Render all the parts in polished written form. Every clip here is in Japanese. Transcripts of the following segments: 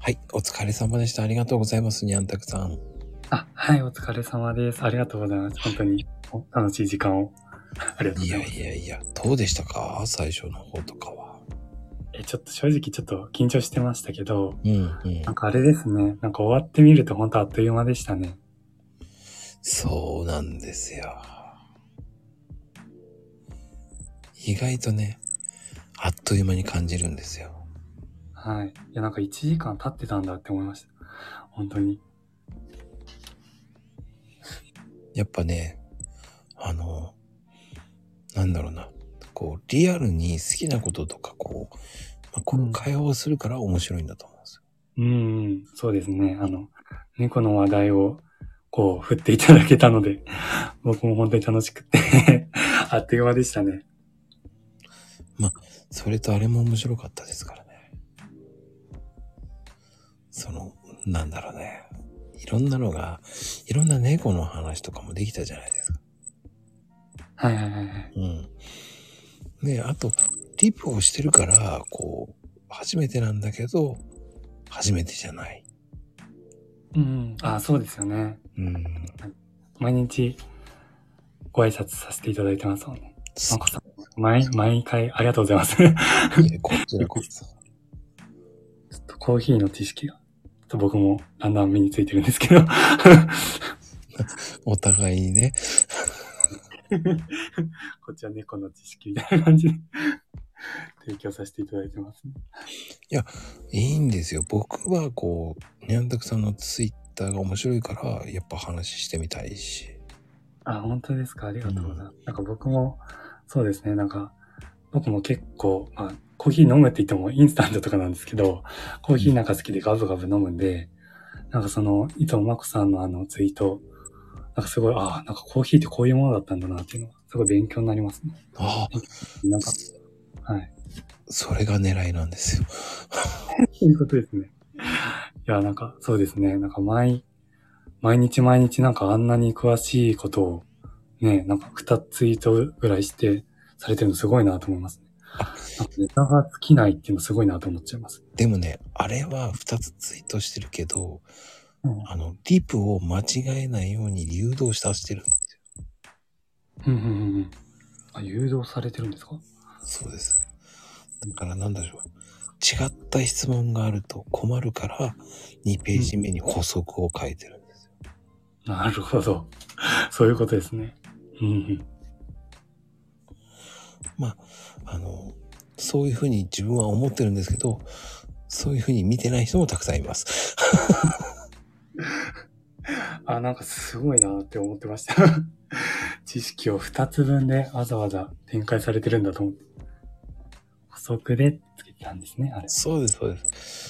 はい、お疲れ様でした。ありがとうございます、にゃんたくさん。 はい、お疲れ様です。ありがとうございます。本当に楽しい時間をありがとうございます。 いや、どうでしたか？最初の方とかは。 ちょっと正直ちょっと緊張してましたけど、 なんかあれですね。なんか終わってみると本当あっという間でしたね。 そうなんですよ。意外とね、あっという間に感じるんですよ。 はい。いや、なんか1時間経ってたんだって思いました。本当に。 やっぱね、なんだろうな。こう、リアルに好きなこととか、こう会話をするから面白いんだと思うんですよ。そうですね。猫の話題をこう振っていただけたので、僕も本当に楽しくてあっという間でしたね。 まあ、それとあれも面白かったですからね。なんだろうね。いろんな猫の話とかもできたじゃないですか。 はい。 ね、あと、リプをしてるから、こう、初めてなんだけど、初めてじゃない。 そうですよね。毎日ご挨拶させていただいてますもんね。なんかさ、毎回ありがとうございます。 こちらこそ。 ちょっとコーヒーの知識が、僕もだんだん身についてるんですけど。 お互いにね。 こっちは猫の知識みたいな感じで提供させていただいてますね。 いや、いいんですよ。僕はこう、にゃんたくさんのツイッターが面白いから、やっぱ話してみたいし。 本当ですか？ありがとうございます。なんか僕も、そうですね。なんか、僕も結構、コーヒー飲むって言ってもインスタントとかなんですけど、コーヒーなんか好きでガブガブ飲むんで、なんかいつもまこさんのツイート、なんかすごい、なんかコーヒーってこういうものだったんだなっていうのが、すごい勉強になりますね。なんか、はい。 それが狙いなんですよ。 そういうことですね。いや、なんか、そうですね。なんか毎日なんかあんなに詳しいことをね、なんか2ツイートぐらいされてるのすごいなと思いますね。なんかネタが尽きないっていうのすごいなと思っちゃいます。 でもね、あれは2つツイートしてるけど、リプを間違えないように誘導させてるんですよ。誘導されてるんですか？ そうです。だからなんだろう。違った質問があると困るから、2ページ目に補足を書いてるんですよ。 なるほど。そういうことですね。 そういうふうに自分は思ってるんですけど、そういうふうに見てない人もたくさんいます。 なんかすごいなって思ってました。知識を2つ分でわざわざ展開されてるんだと思って。補足でつけてたんですね、あれ。 そうです。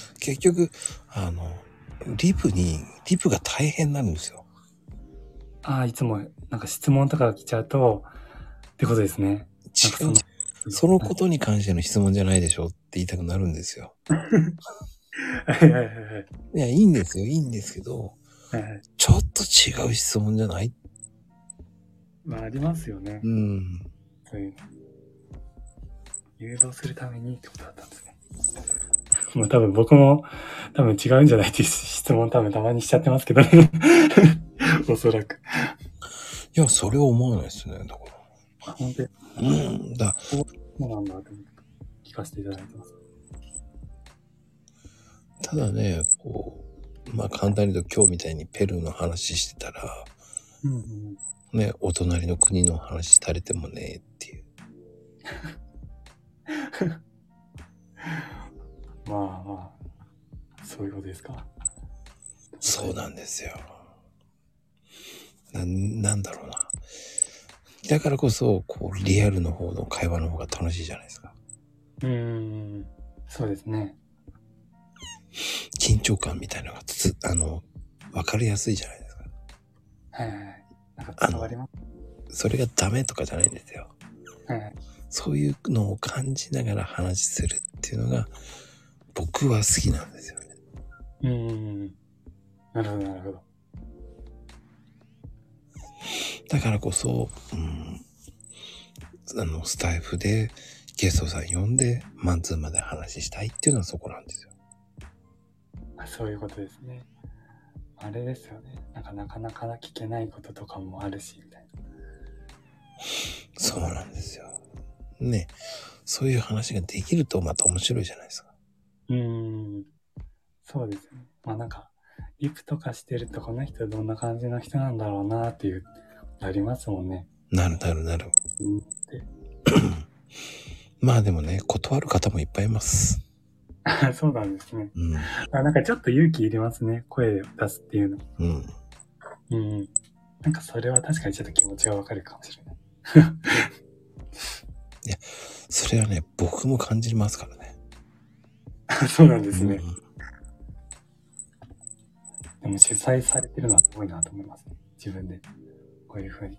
結局、リプが大変なんですよ。 いつもなんか質問とかが来ちゃうと、ってことですね。 違う。そのことに関しての質問じゃないでしょって言いたくなるんですよ。いや、いいんですよ。いいんですけど、ちょっと違う質問じゃない？ ありますよね。そういうの。誘導するためにってことだったんですね。多分僕も多分違うんじゃないっていう質問多分たまにしちゃってますけどね。おそらく。 いや、それは思わないですね。だから。 本当に。そうなんだと思って聞かせていただいてます。 ただね、簡単に言うと今日みたいにペルーの話してたら、ね、お隣の国の話されてもね、っていう。 そういうことですか。 そうなんですよ。なんだろうな。だからこそ、リアルの方の会話の方が楽しいじゃないですか。 そうですね。 緊張感みたいなのがわかりやすいじゃないですか。 なんか伝わります。 それがダメとかじゃないんですよ。そういうのを感じながら話するっていうのが、僕は好きなんですよね。 なるほど。 だからこそ、スタイフでゲストさん呼んでマンツーマンで話したいっていうのはそこなんですよ。 そういうことですね。あれですよね。なかなか聞けないこととかもあるし、みたいな。 そうなんですよ。ね。そういう話ができるとまた面白いじゃないですか。 そうですよね。まあなんか、リプとかしてるとこの人どんな感じの人なんだろうなっていう、ありますもんね。 なる。まあでもね、断る方もいっぱいいます。 そうなんですね。なんかちょっと勇気いりますね。声を出すっていうの。なんかそれは確かにちょっと気持ちがわかるかもしれない。 いや、それはね、僕も感じますからね。 そうなんですね。でも主催されてるのはすごいなと思いますね。自分で。こういう風に。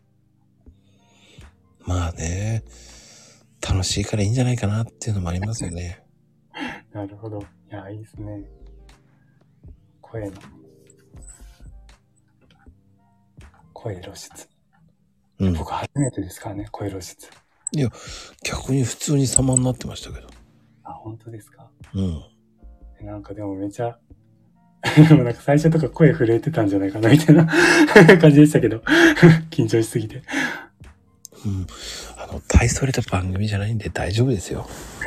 まあね、楽しいからいいんじゃないかなっていうのもありますよね。 なるほど。いや、いいですね。声露出。僕初めてですからね、声露出。 いや、逆に普通に様になってましたけど。 あ、本当ですか？ なんかでもめちゃ、でもなんか最初とか声震えてたんじゃないかなみたいな感じでしたけど、緊張しすぎて。 大それた番組じゃないんで大丈夫ですよ。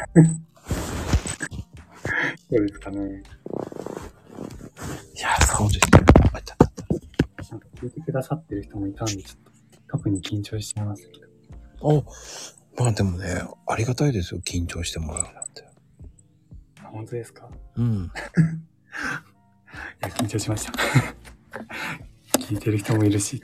そうですかね。 いや、そうですね。 なんか聞いてくださってる人もいたんで、ちょっと特に緊張しちゃいますけど。 まあでもね、ありがたいですよ。緊張してもらうなんて。 本当ですか？ いや、緊張しました。聞いてる人もいるし。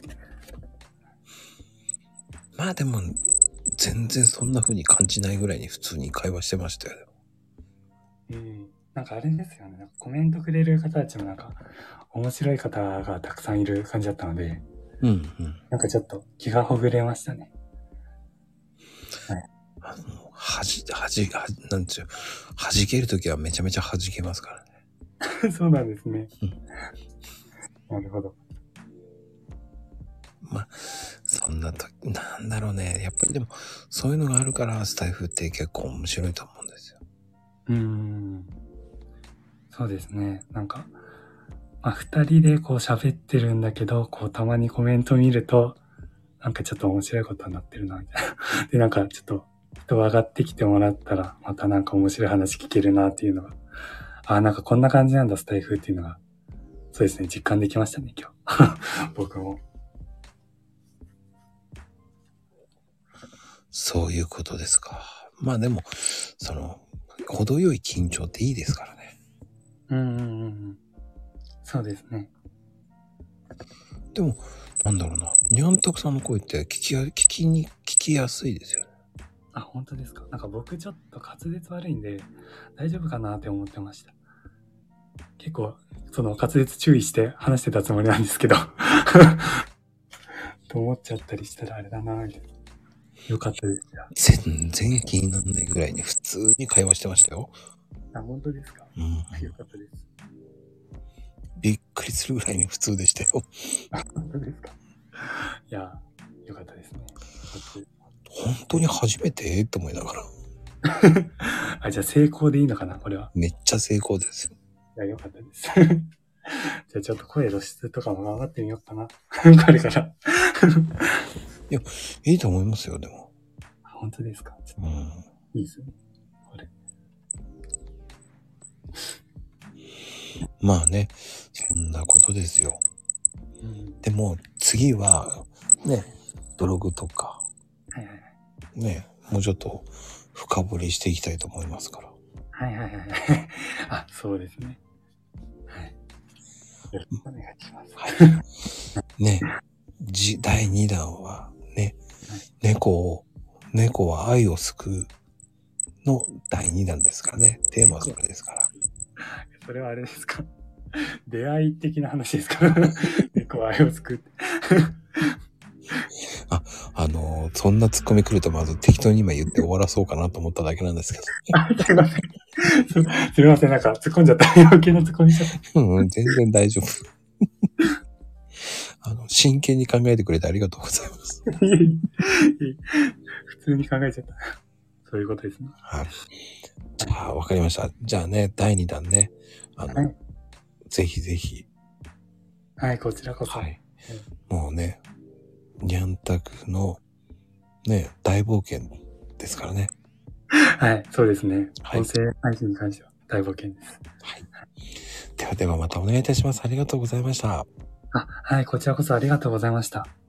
まあでも、全然そんな風に感じないぐらいに普通に会話してましたよ。 なんかあれですよね。なんかコメントくれる方たちもなんか面白い方がたくさんいる感じだったので、なんかちょっと気がほぐれましたね。はい。 なんですよ。弾けるときはめちゃめちゃ弾けますからね。そうなんですね。なるほど。 まあ、そんなとき、なんだろうね。やっぱりでも、そういうのがあるからスタイフって結構面白いと思うんですよ。 そうですね。なんか、二人でこう喋ってるんだけど、こうたまにコメント見ると、なんかちょっと面白いことになってるな、みたいな。で、なんかちょっと人が上がってきてもらったら、またなんか面白い話聞けるなっていうのが、なんかこんな感じなんだ、スタイフっていうのが、そうですね、実感できましたね、今日。僕も。 そういうことですか。まあでも、程よい緊張っていいですからね。 そうですね。 でも、なんだろうな。にゃんたくさんの声って聞きやすいですよね。 本当ですか？なんか僕ちょっと滑舌悪いんで、大丈夫かなって思ってました。結構、滑舌注意して話してたつもりなんですけど。と思っちゃったりしたらあれだなみたいな。よかったですよ。 全然気にならないぐらいに普通に会話してましたよ。 本当ですか？よかったです。 びっくりするぐらいに普通でしたよ。 本当ですか？いや、よかったですね。 本当に初めてと思いながら。じゃあ成功でいいのかな、これは。 めっちゃ成功ですよ。 いや、よかったです。じゃあちょっと声露出とかも頑張ってみようかな。これから。 いや、いいと思いますよ、でも。 本当ですか？いいですね。これ。 まあね、そんなことですよ。でも、次は、ね、ブログとか、ね、もうちょっと深掘りしていきたいと思いますから。 そうですね。はい。よろしくお願いします。 はい。ね、第2弾は、ね、猫は愛を救うの第2弾ですからね。テーマはそれですから。 それはあれですか？出会い的な話ですか？猫は愛を救う。 そんなツッコミ来るとまず適当に今言って終わらそうかなと思っただけなんですけど。 すいません。すいません。なんか突っ込んじゃった。余計な突っ込みしちゃった。 全然大丈夫。真剣に考えてくれてありがとうございます。 普通に考えちゃった。そういうことですね。 はい。じゃあ、わかりました。じゃあね、第2弾ね。 ぜひぜひ。 はい、こちらこそ。 はい。もうね、にゃんたくの、ね、大冒険ですからね。 はい、そうですね。 はい、 音声配信に関しては大冒険です。 はい。ではではまたお願いいたします。ありがとうございました。 はい、こちらこそありがとうございました。